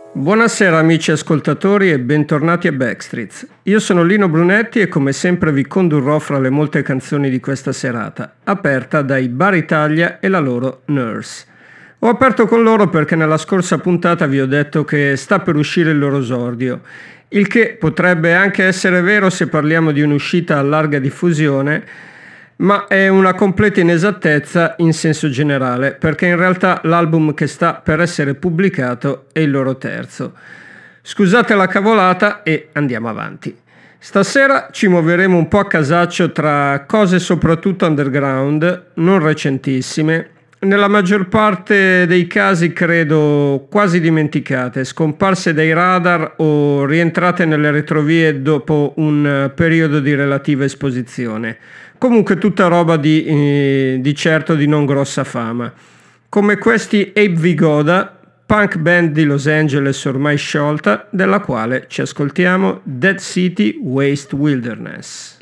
Buonasera amici ascoltatori e bentornati a Backstreets. Io sono Lino Brunetti e come sempre vi condurrò fra le molte canzoni di questa serata, aperta dai Bar Italia e la loro Nurse. Ho aperto con loro perché nella scorsa puntata vi ho detto che sta per uscire il loro esordio, il che potrebbe anche essere vero se parliamo di un'uscita a larga diffusione, ma è una completa inesattezza in senso generale, perché in realtà l'album che sta per essere pubblicato è il loro terzo. Scusate la cavolata e andiamo avanti. Stasera ci muoveremo un po' a casaccio tra cose soprattutto underground, non recentissime, nella maggior parte dei casi credo quasi dimenticate, scomparse dai radar o rientrate nelle retrovie dopo un periodo di relativa esposizione. Comunque tutta roba di certo di non grossa fama. Come questi Abe Vigoda, punk band di Los Angeles ormai sciolta, della quale ci ascoltiamo Dead City Waste Wilderness.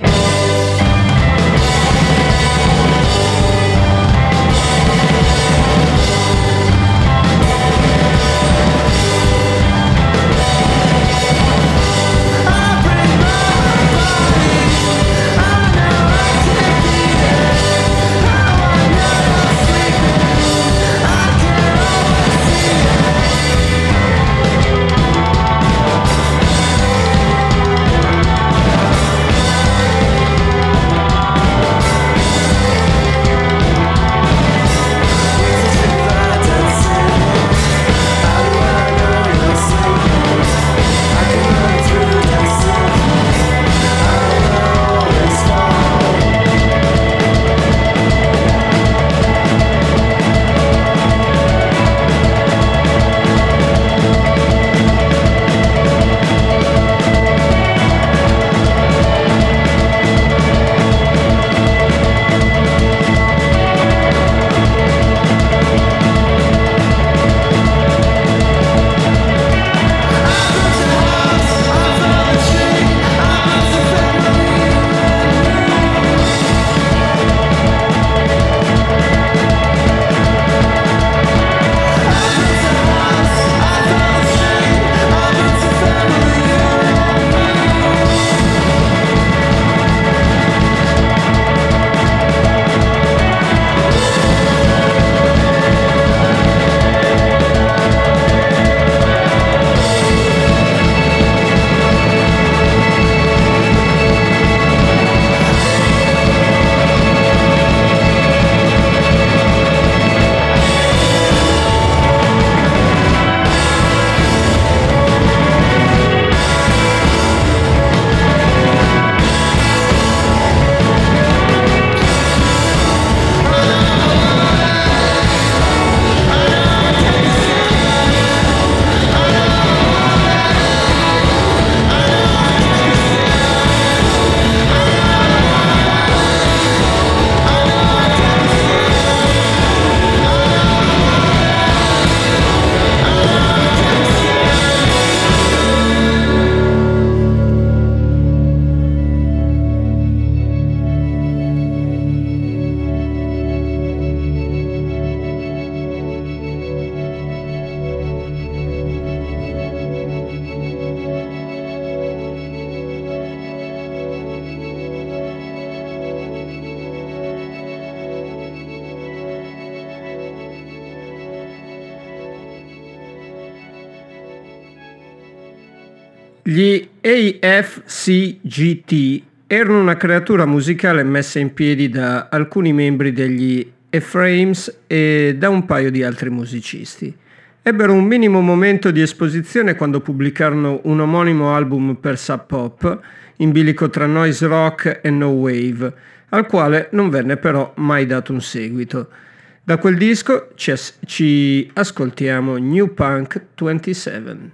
Gli AFCGT erano una creatura musicale messa in piedi da alcuni membri degli Ephraim's e da un paio di altri musicisti. Ebbero un minimo momento di esposizione quando pubblicarono un omonimo album per Sub Pop, in bilico tra noise rock e no wave, al quale non venne però mai dato un seguito. Da quel disco ci ascoltiamo New Punk 27.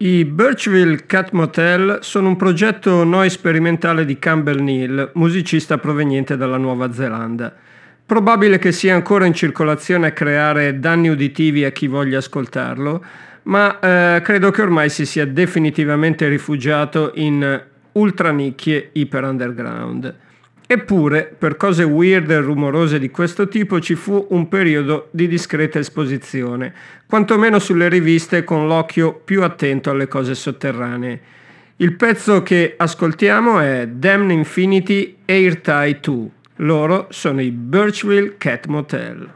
I Birchville Cat Motel sono un progetto noi sperimentale di Campbell Neal, musicista proveniente dalla Nuova Zelanda. Probabile che sia ancora in circolazione a creare danni uditivi a chi voglia ascoltarlo, ma credo che ormai si sia definitivamente rifugiato in ultranicchie iper underground. Eppure, per cose weird e rumorose di questo tipo ci fu un periodo di discreta esposizione, quantomeno sulle riviste con l'occhio più attento alle cose sotterranee. Il pezzo che ascoltiamo è Damn Infinity Airtie 2. Loro sono i Birchville Cat Motel.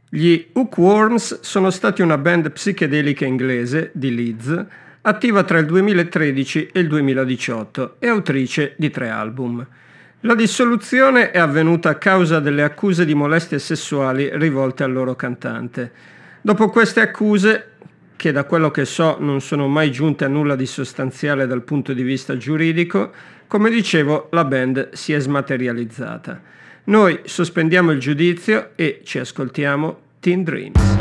Gli Hookworms sono stati una band psichedelica inglese di Leeds, attiva tra il 2013 e il 2018 e autrice di 3 album. La dissoluzione è avvenuta a causa delle accuse di molestie sessuali rivolte al loro cantante. Dopo queste accuse, che da quello che so non sono mai giunte a nulla di sostanziale dal punto di vista giuridico, come dicevo, la band si è smaterializzata. Noi sospendiamo il giudizio e ci ascoltiamo Teen Dreams.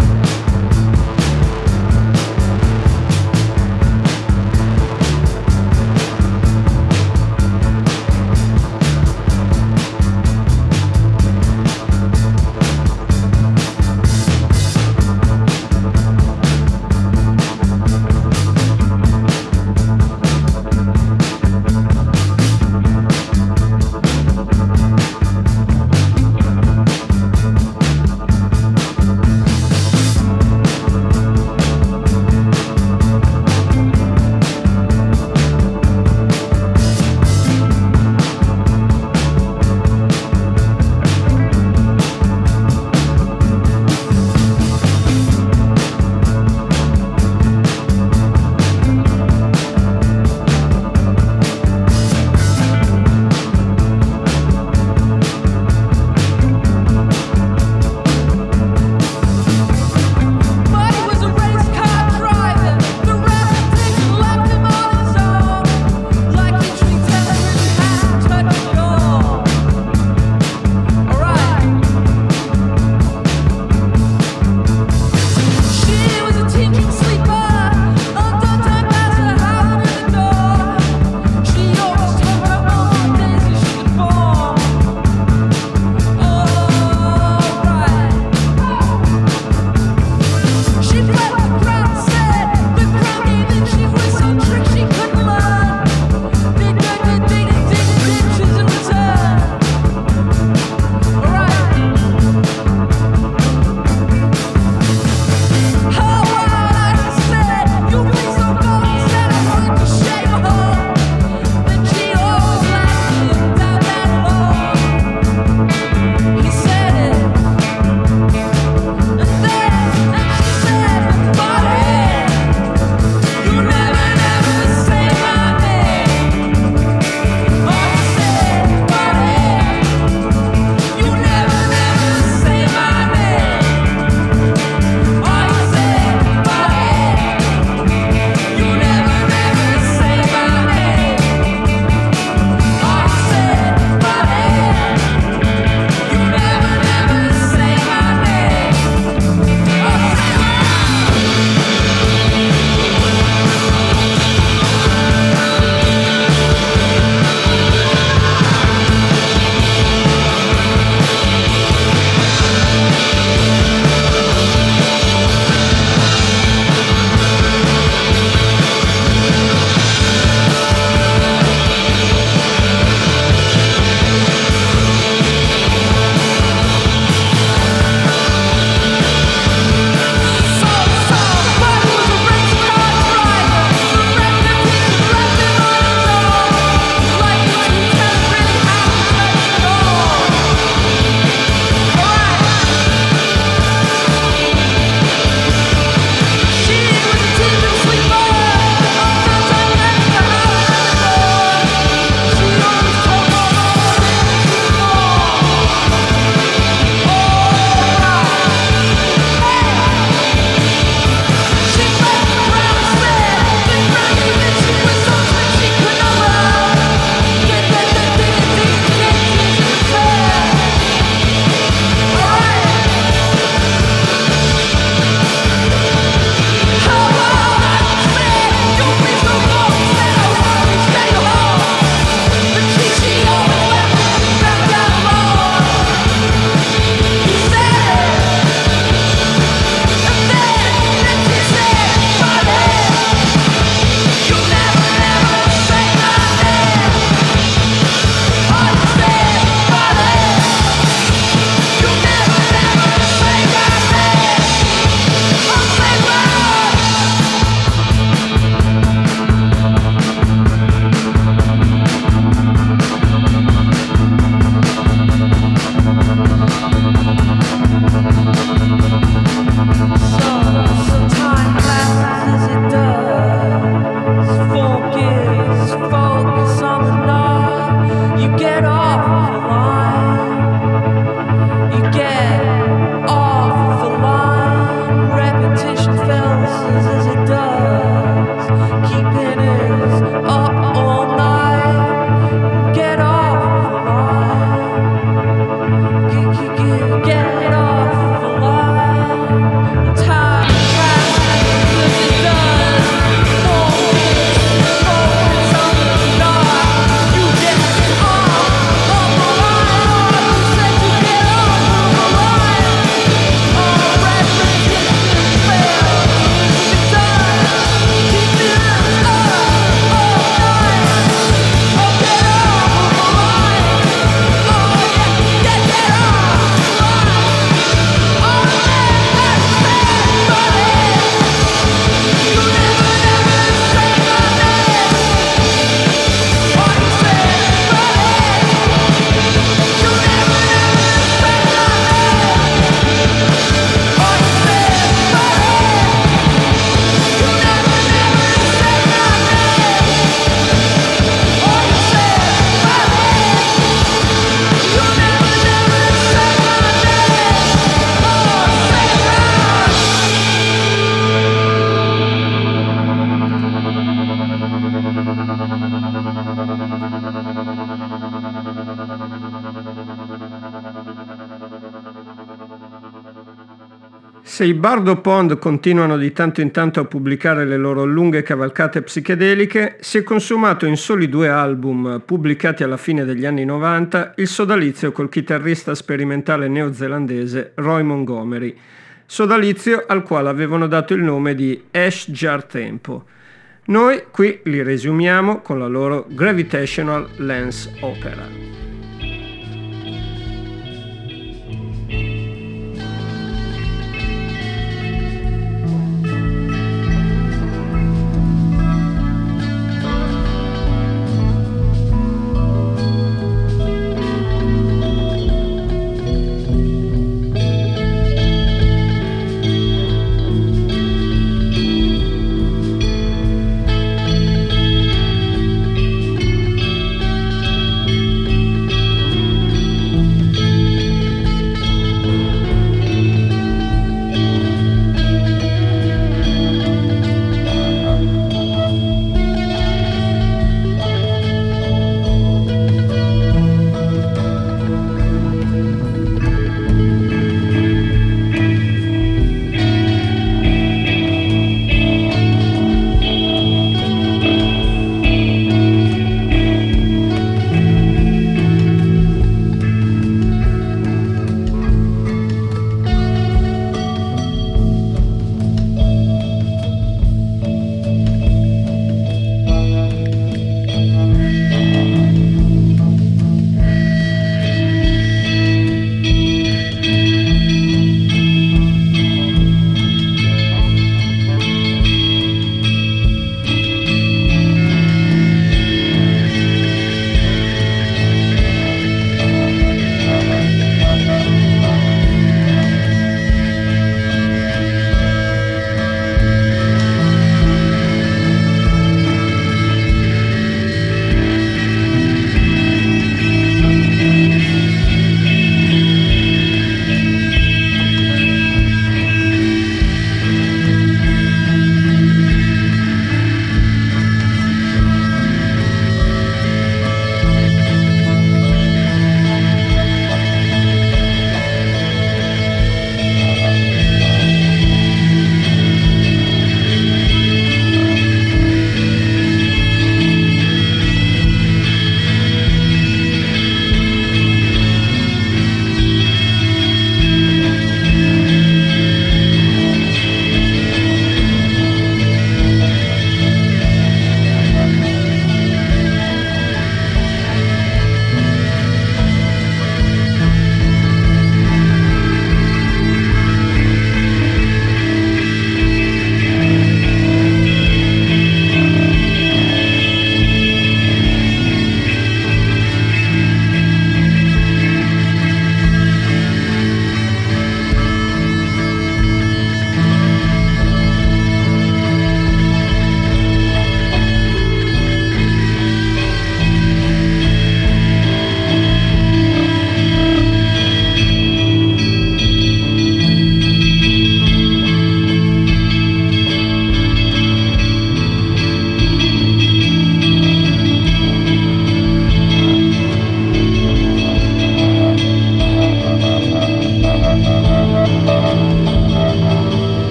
Se i Bardo Pond continuano di tanto in tanto a pubblicare le loro lunghe cavalcate psichedeliche, si è consumato in soli 2 album pubblicati alla fine degli anni 90 il sodalizio col chitarrista sperimentale neozelandese Roy Montgomery, sodalizio al quale avevano dato il nome di Ash Jar Tempo. Noi qui li riesumiamo con la loro Gravitational Lens Opera.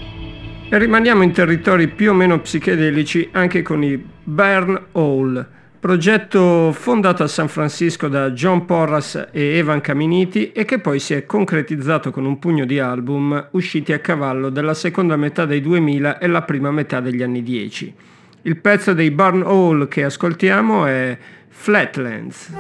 E rimaniamo in territori più o meno psichedelici anche con i Burn Hole, progetto fondato a San Francisco da John Porras e Evan Caminiti e che poi si è concretizzato con un pugno di album usciti a cavallo della seconda metà dei 2000 e la prima metà degli anni 10. Il pezzo dei Barn Hall che ascoltiamo è Flatlands.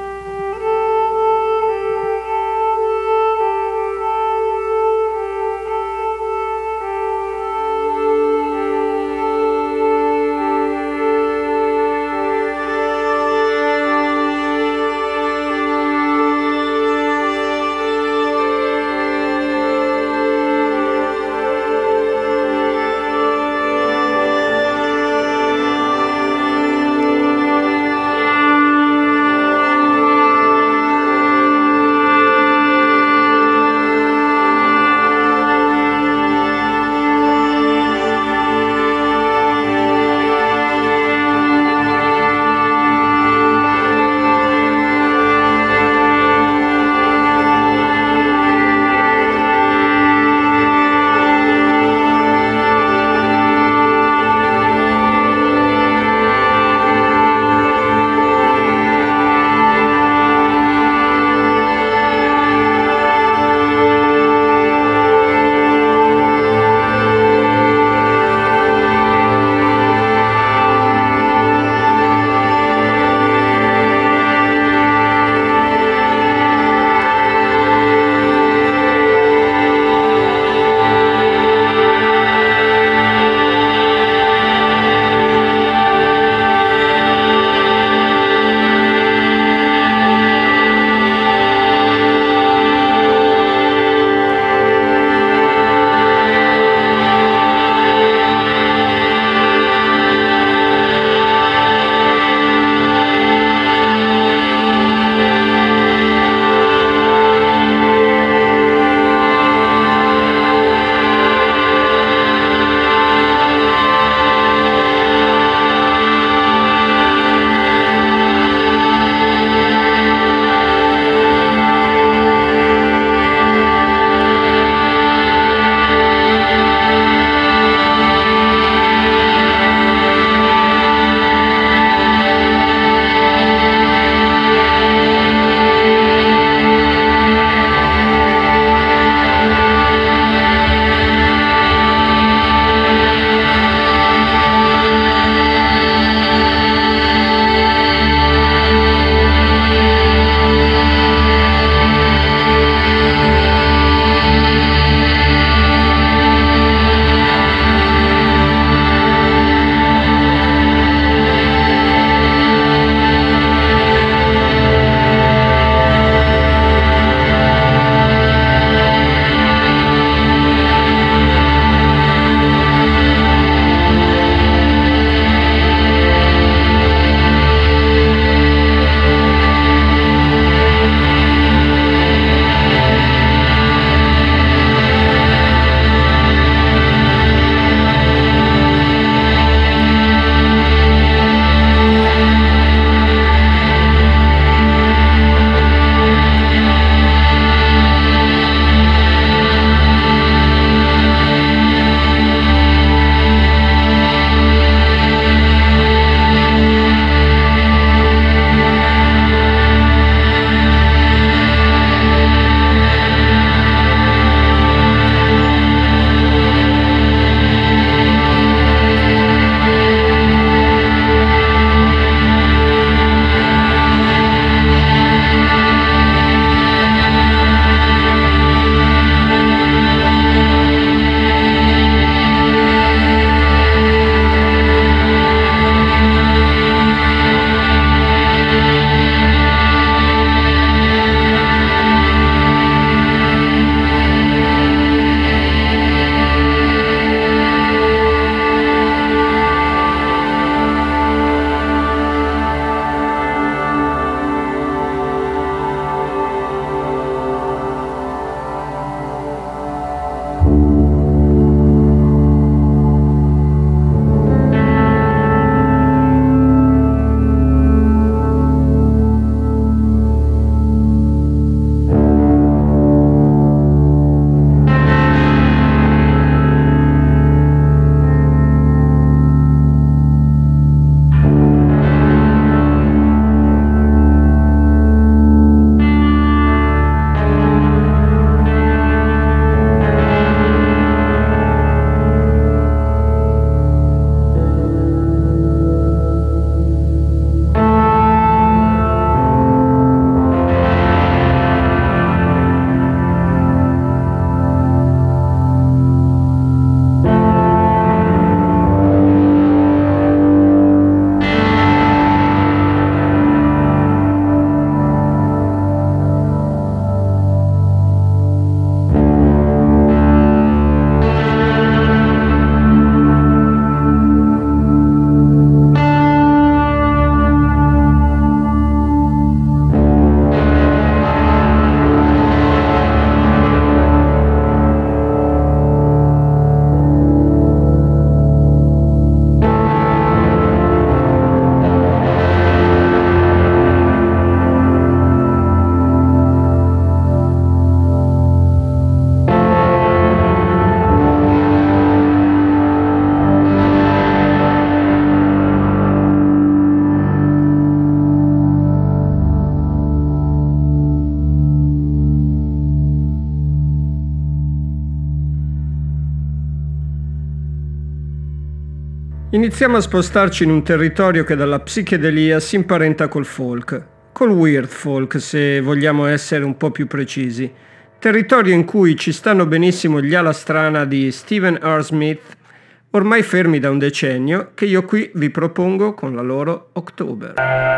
Iniziamo a spostarci in un territorio che dalla psichedelia si imparenta col folk, col weird folk se vogliamo essere un po' più precisi, territorio in cui ci stanno benissimo gli ala strana di Stephen R. Smith, ormai fermi da un decennio, che io qui vi propongo con la loro October.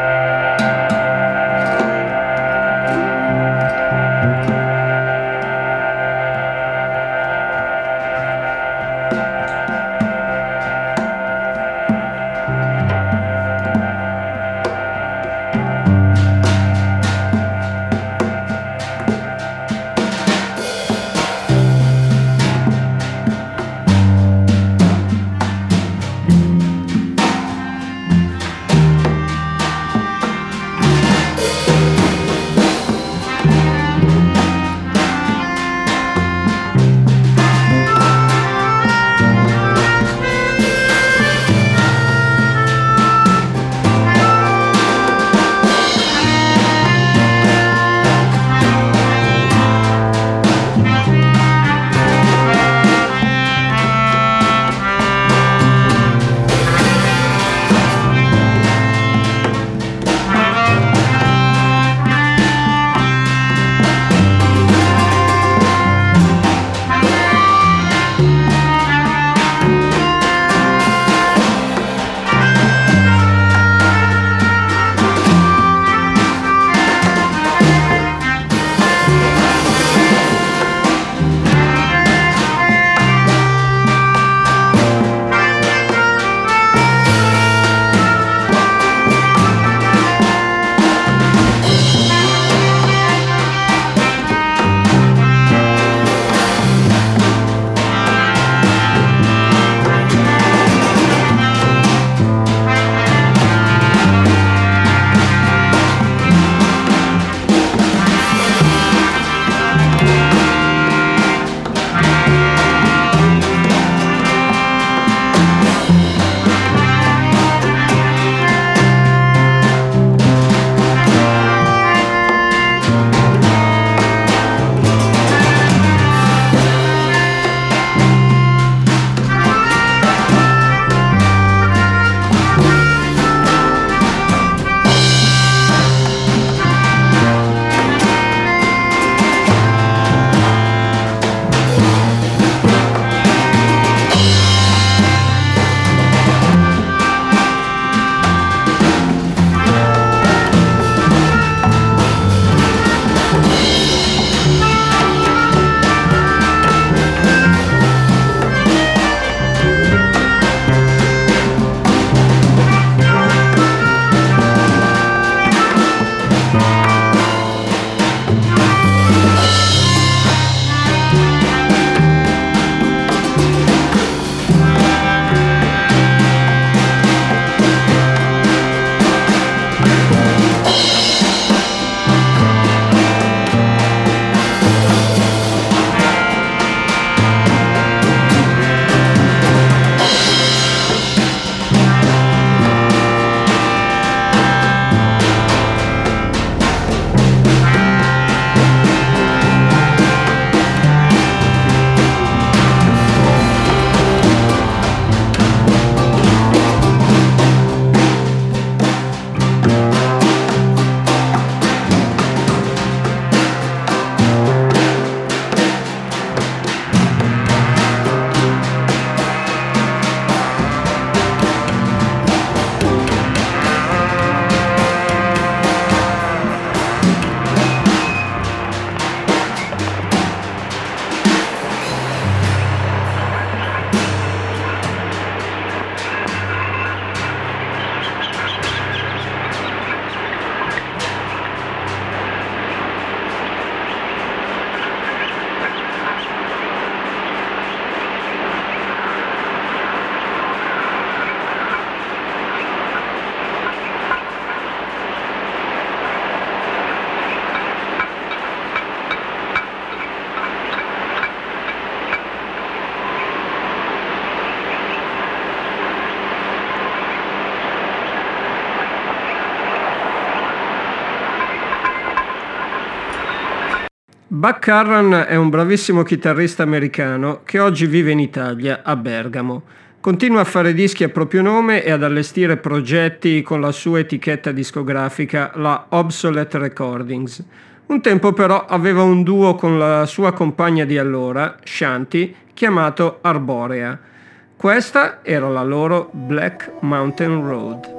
Buck Harran è un bravissimo chitarrista americano che oggi vive in Italia, a Bergamo. Continua a fare dischi a proprio nome e ad allestire progetti con la sua etichetta discografica, la Obsolete Recordings. Un tempo però aveva un duo con la sua compagna di allora, Shanti, chiamato Arborea. Questa era la loro Black Mountain Road.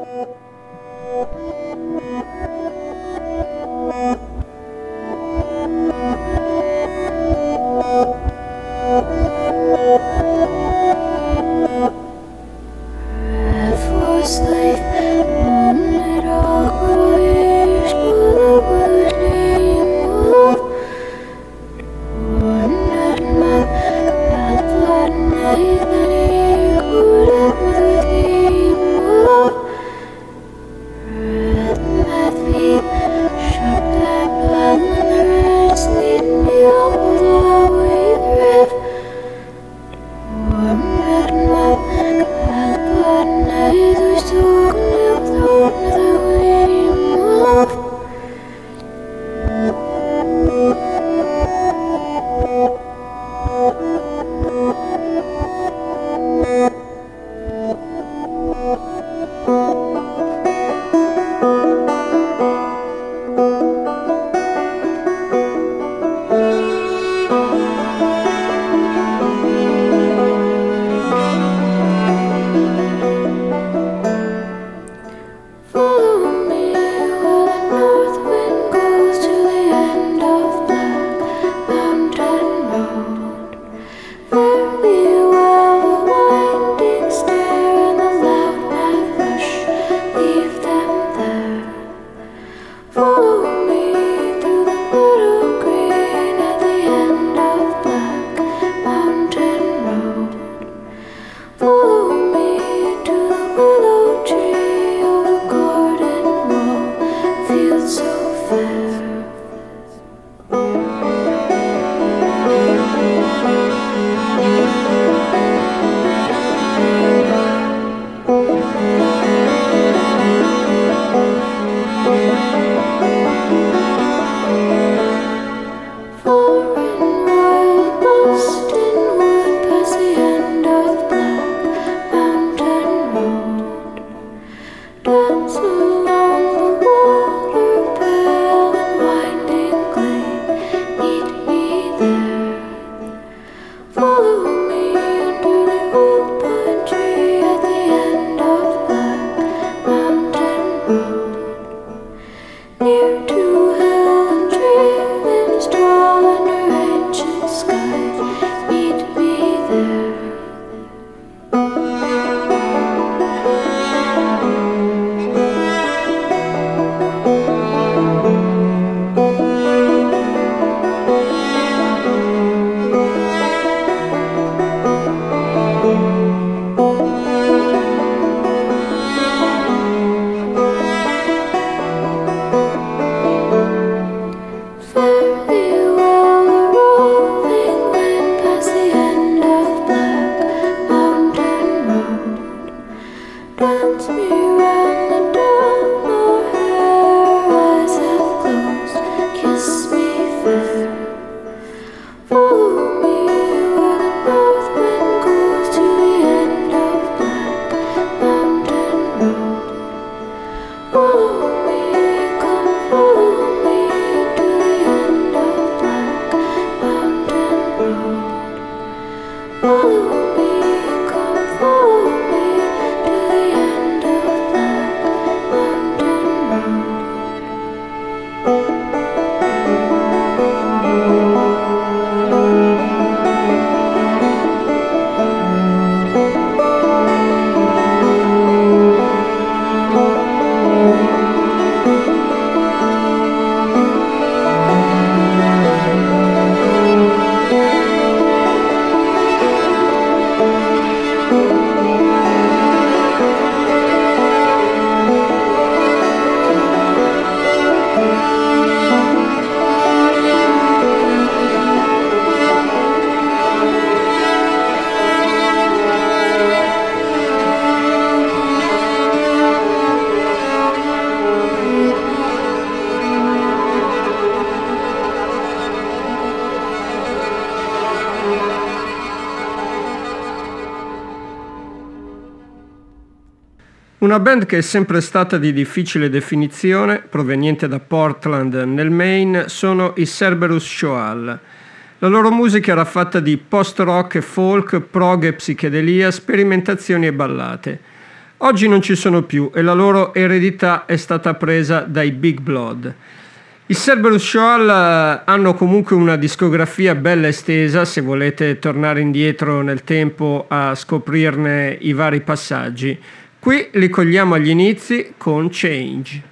Una band che è sempre stata di difficile definizione, proveniente da Portland nel Maine, sono i Cerberus Shoal. La loro musica era fatta di post-rock e folk, prog e psichedelia, sperimentazioni e ballate. Oggi non ci sono più e la loro eredità è stata presa dai Big Blood. I Cerberus Shoal hanno comunque una discografia bella estesa, se volete tornare indietro nel tempo a scoprirne i vari passaggi. Qui li cogliamo agli inizi con Change.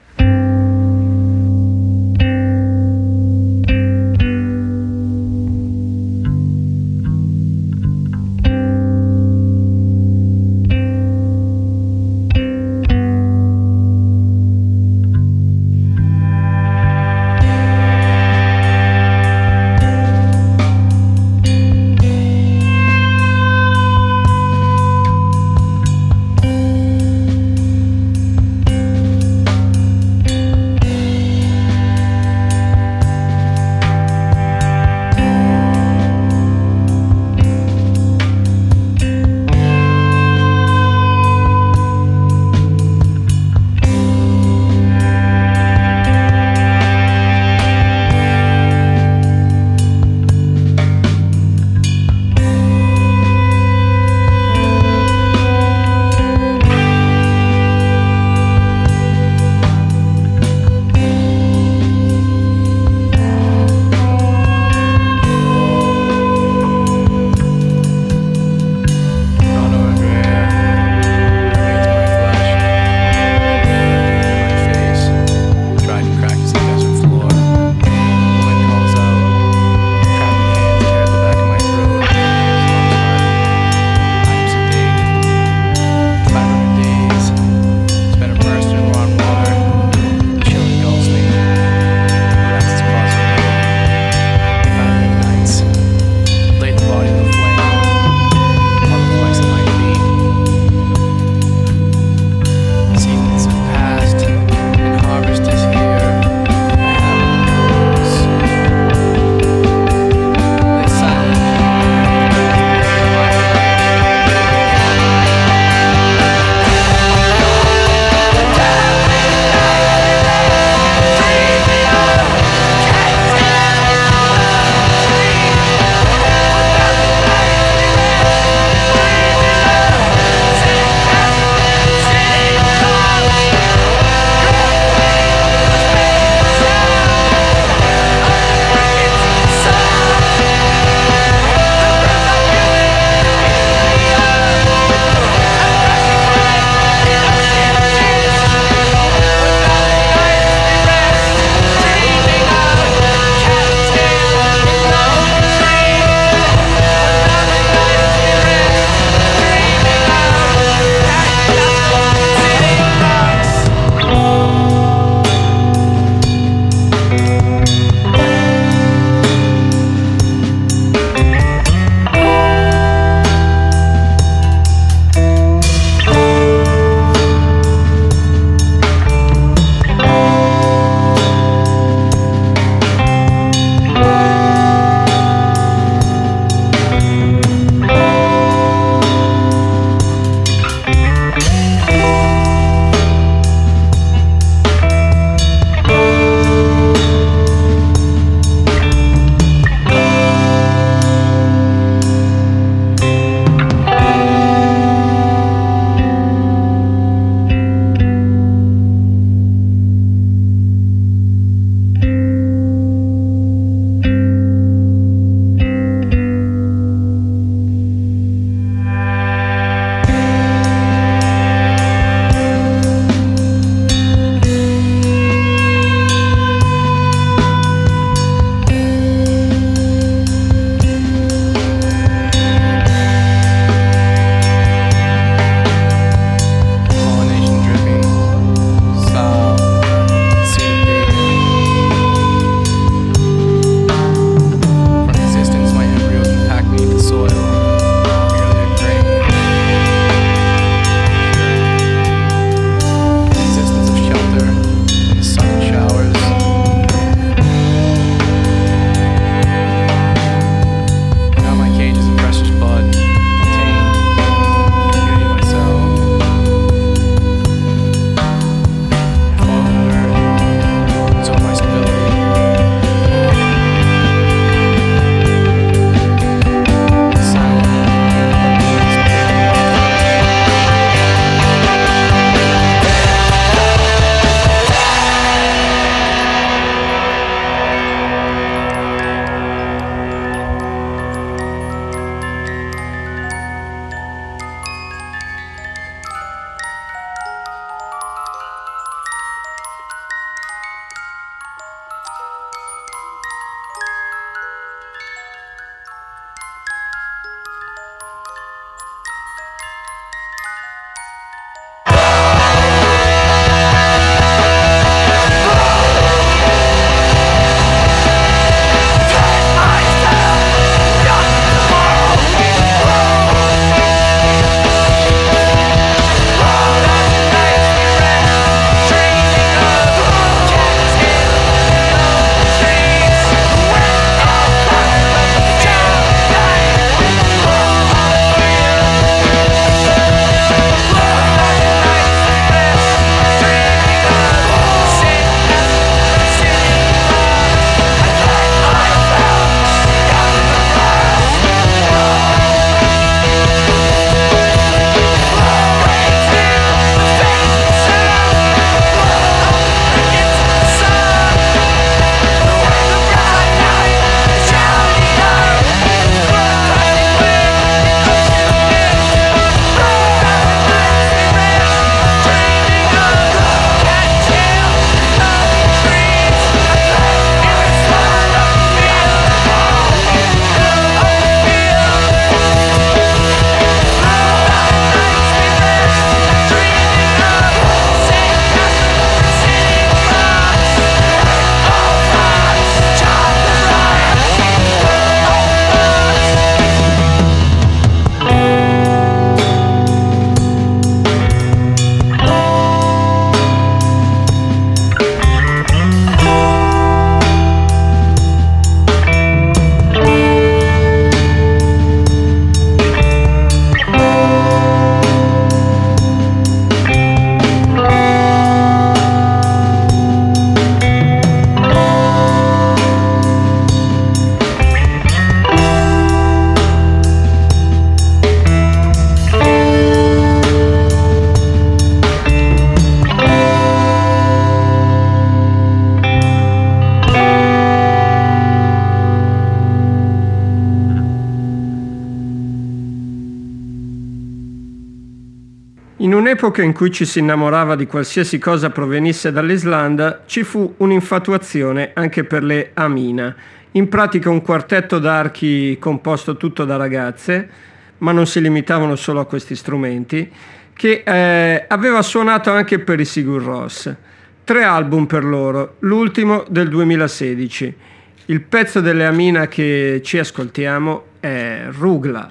un'epoca in cui ci si innamorava di qualsiasi cosa provenisse dall'Islanda, ci fu un'infatuazione anche per le Amina, in pratica un quartetto d'archi composto tutto da ragazze, ma non si limitavano solo a questi strumenti, che aveva suonato anche per i Sigur Rós. 3 album per loro, l'ultimo del 2016. Il pezzo delle Amina che ci ascoltiamo è Rugla.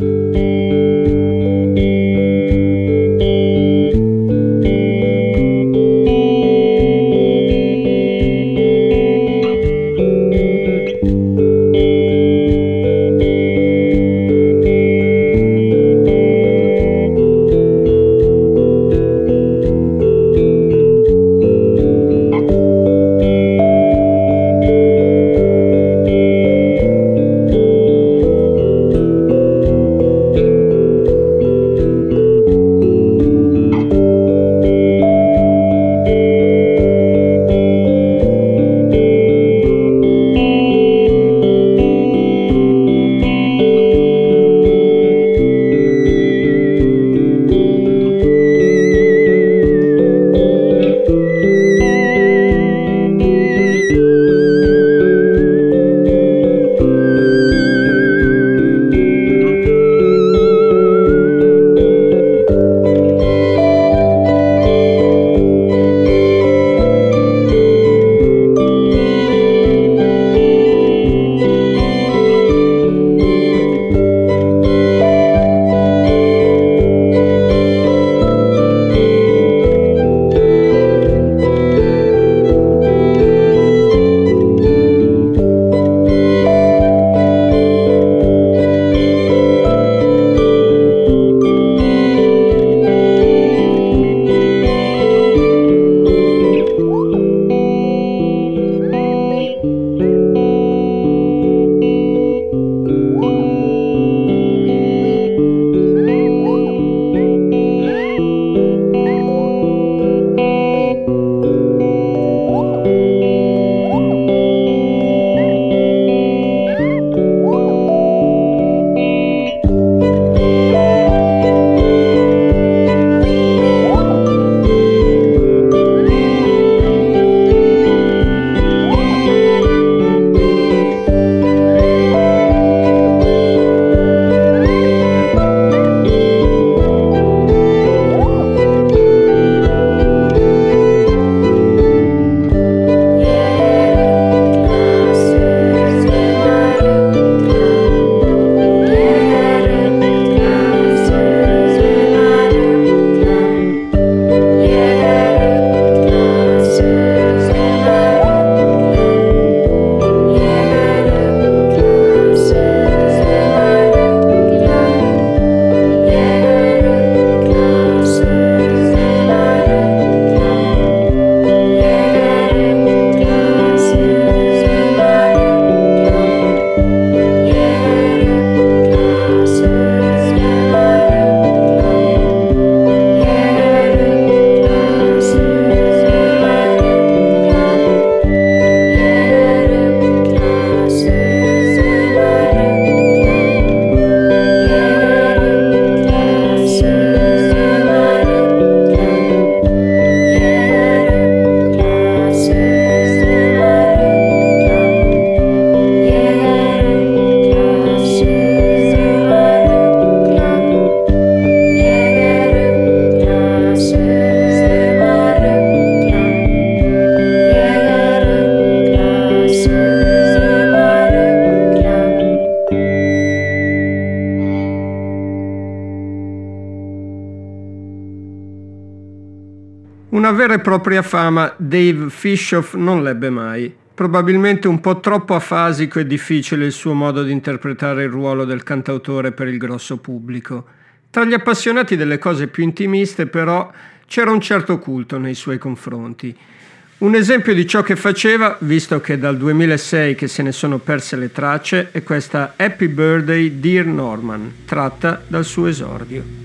Una vera e propria fama Dave Fishof non l'ebbe mai. Probabilmente un po' troppo afasico e difficile il suo modo di interpretare il ruolo del cantautore per il grosso pubblico. Tra gli appassionati delle cose più intimiste, però, c'era un certo culto nei suoi confronti. Un esempio di ciò che faceva, visto che è dal 2006 che se ne sono perse le tracce, è questa Happy Birthday Dear Norman, tratta dal suo esordio.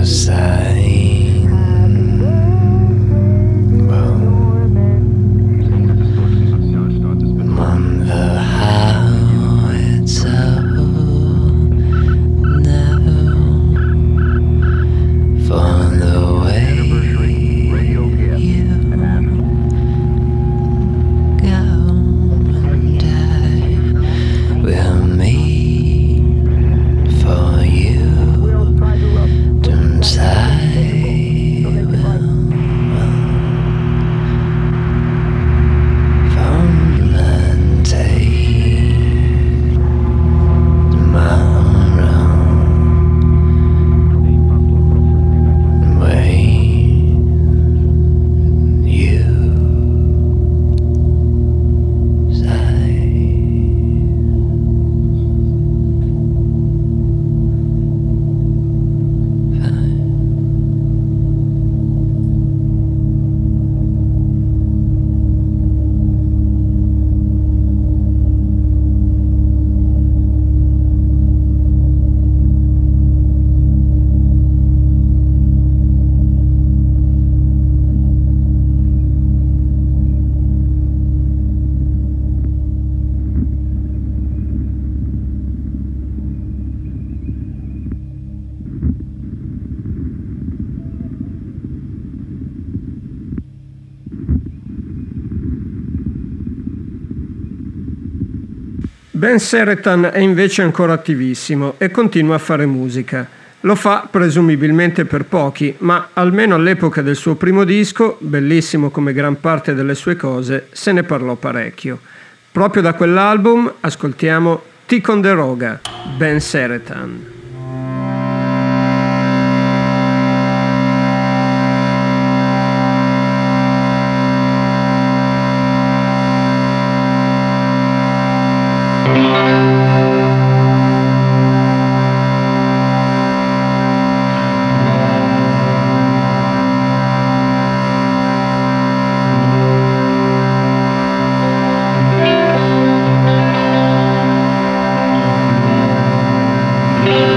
Ben Sertan è invece ancora attivissimo e continua a fare musica. Lo fa presumibilmente per pochi, ma almeno all'epoca del suo primo disco, bellissimo come gran parte delle sue cose, se ne parlò parecchio. Proprio da quell'album ascoltiamo Ticonderoga, Ben Sertan. Yeah.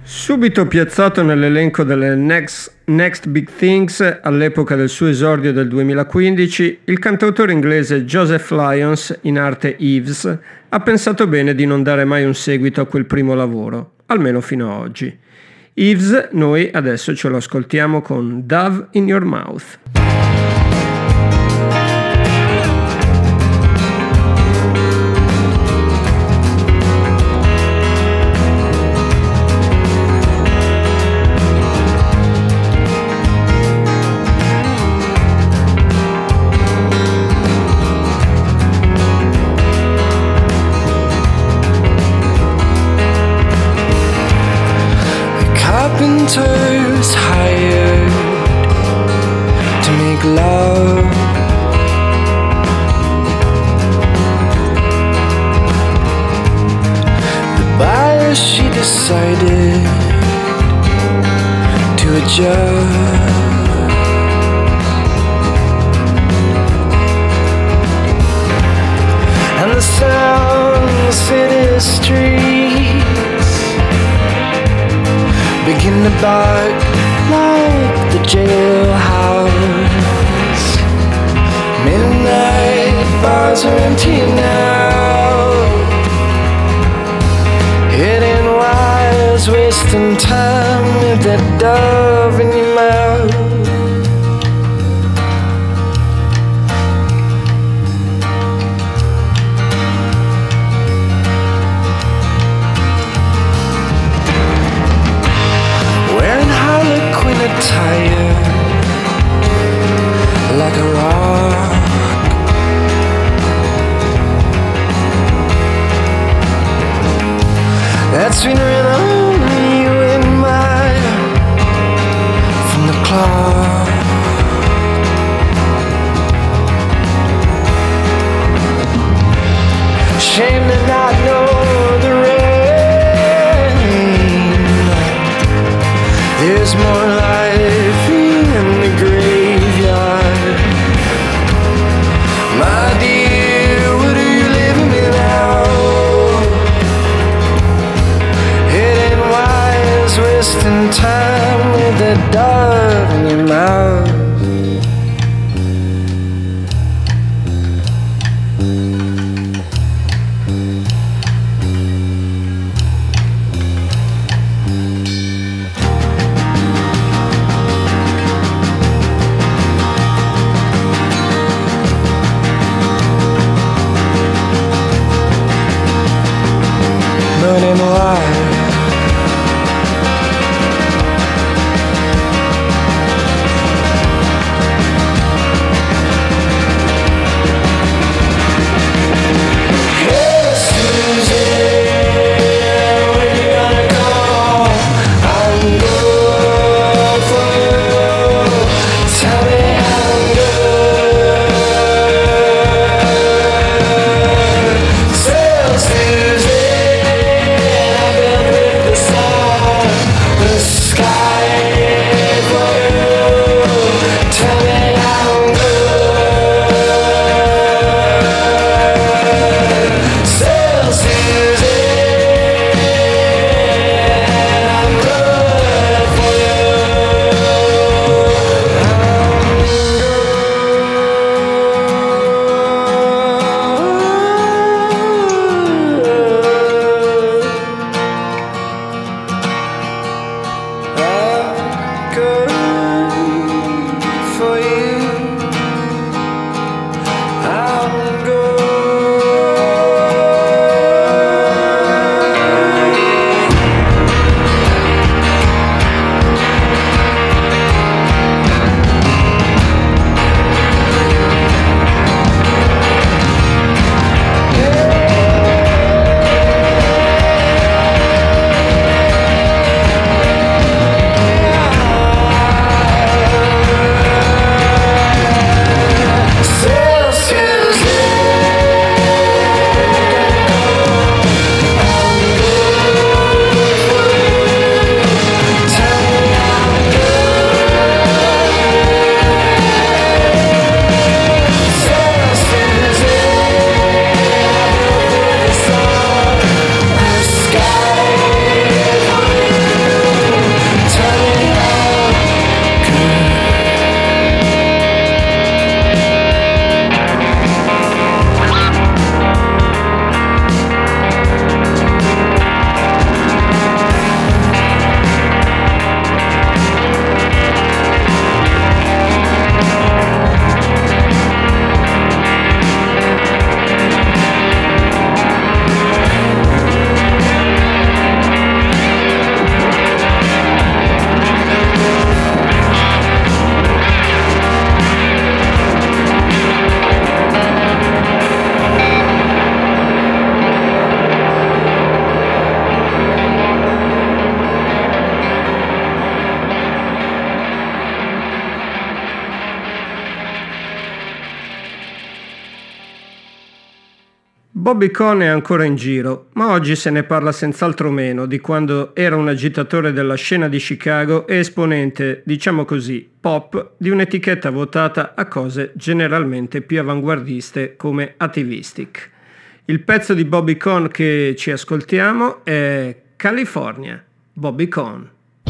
Subito piazzato nell'elenco delle Next Big Things all'epoca del suo esordio del 2015, il cantautore inglese Joseph Lyons, in arte Yves, ha pensato bene di non dare mai un seguito a quel primo lavoro, almeno fino ad oggi. Yves noi adesso ce lo ascoltiamo con Dove in Your Mouth. Carpenters hired to make love. The buyer, she decided to adjust. And the sound of the city streets begin to bark like the jailhouse. Midnight bars are empty now. Hitting wires, wasting time with that dove in your mouth. Attire like a rock. That's been written on you and mine from the clock. Shame to not know the rain. There's more life in the graveyard. My dear, what are you leaving me now? Hitting wires, wasting time with that dove in your mouth. Bobby Conn è ancora in giro, ma oggi se ne parla senz'altro meno di quando era un agitatore della scena di Chicago e esponente, diciamo così, pop di un'etichetta votata a cose generalmente più avanguardiste come Ativistic. Il pezzo di Bobby Conn che ci ascoltiamo è California, Bobby Conn.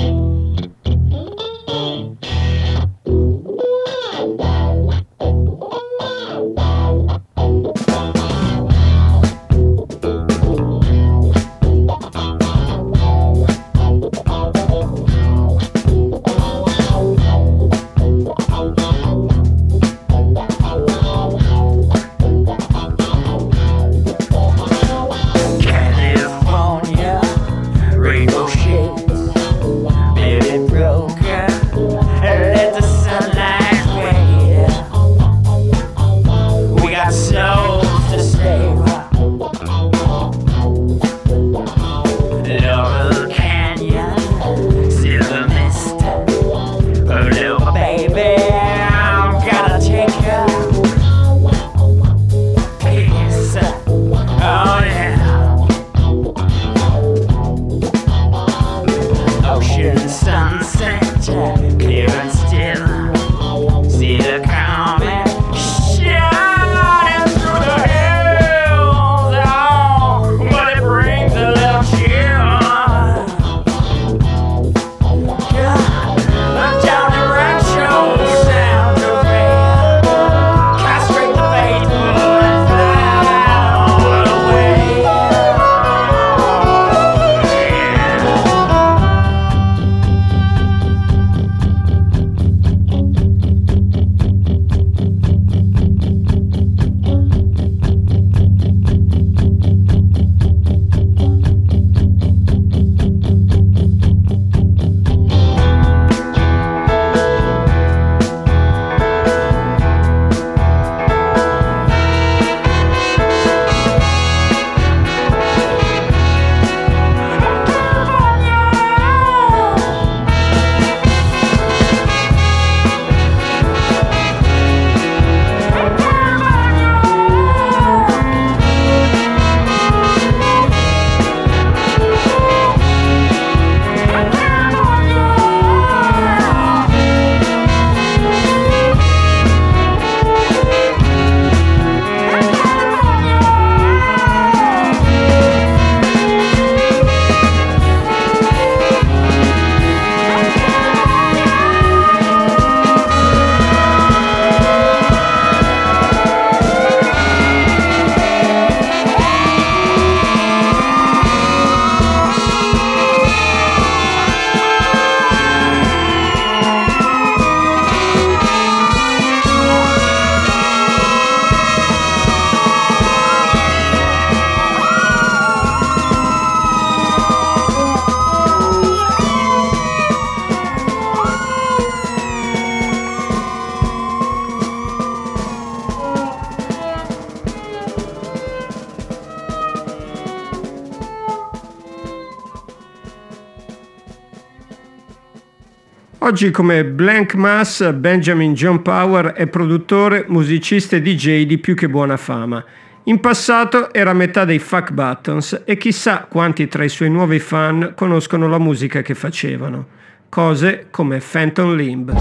Oggi come Blank Mass Benjamin John Power è produttore, musicista e DJ di più che buona fama. In passato era a metà dei Fuck Buttons e chissà quanti tra i suoi nuovi fan conoscono la musica che facevano. Cose come Phantom Limb.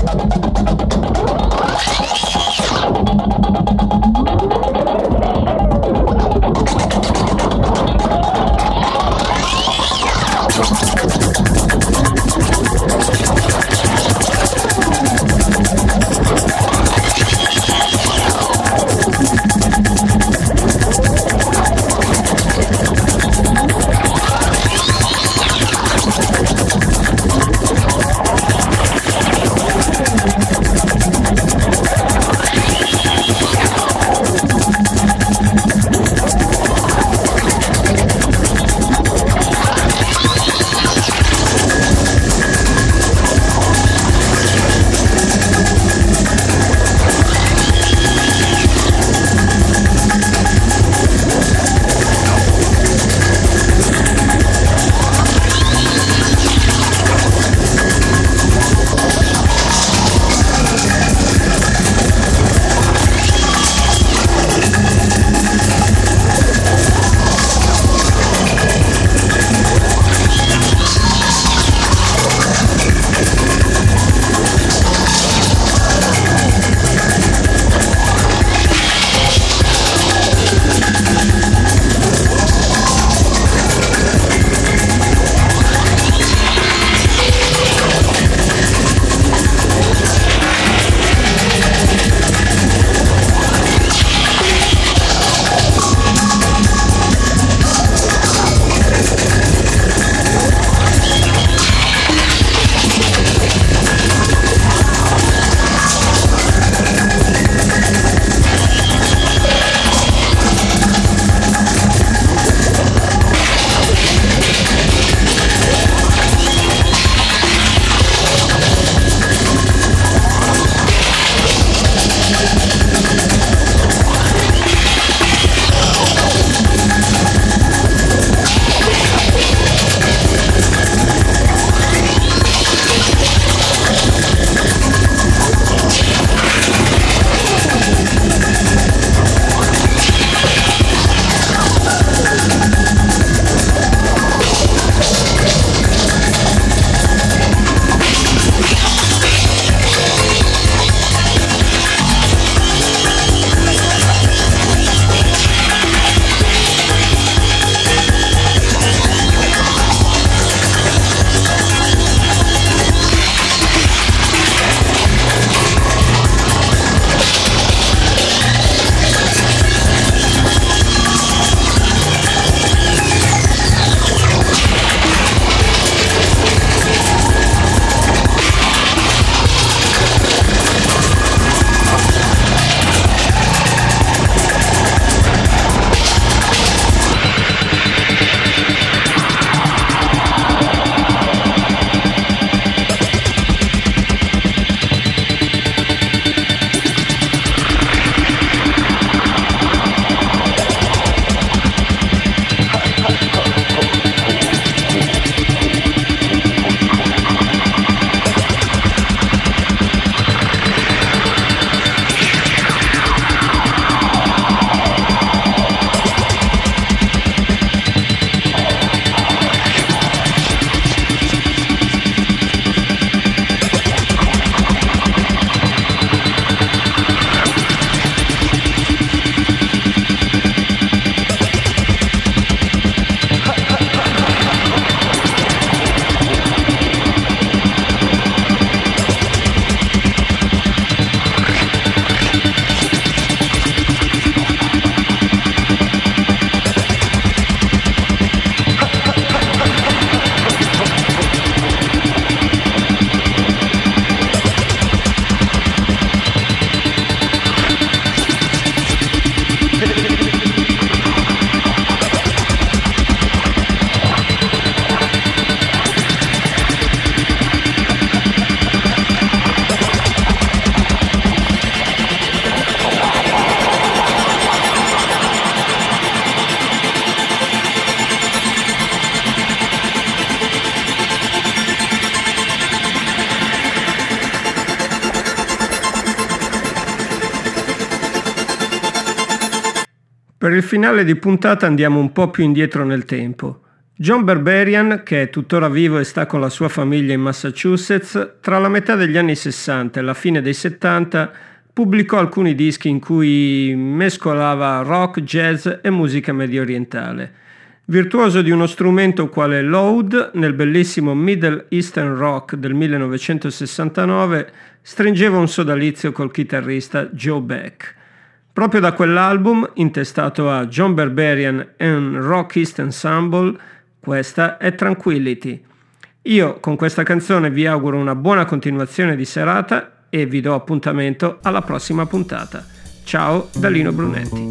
Per il finale di puntata andiamo un po' più indietro nel tempo. John Berberian, che è tuttora vivo e sta con la sua famiglia in Massachusetts, tra la metà degli anni 60 e la fine dei 70 pubblicò alcuni dischi in cui mescolava rock, jazz e musica medio orientale. Virtuoso di uno strumento quale l'oud, nel bellissimo Middle Eastern Rock del 1969 stringeva un sodalizio col chitarrista Joe Beck. Proprio da quell'album, intestato a John Berberian and Rock East Ensemble, questa è Tranquility. Io con questa canzone vi auguro una buona continuazione di serata e vi do appuntamento alla prossima puntata. Ciao da Lino Brunetti.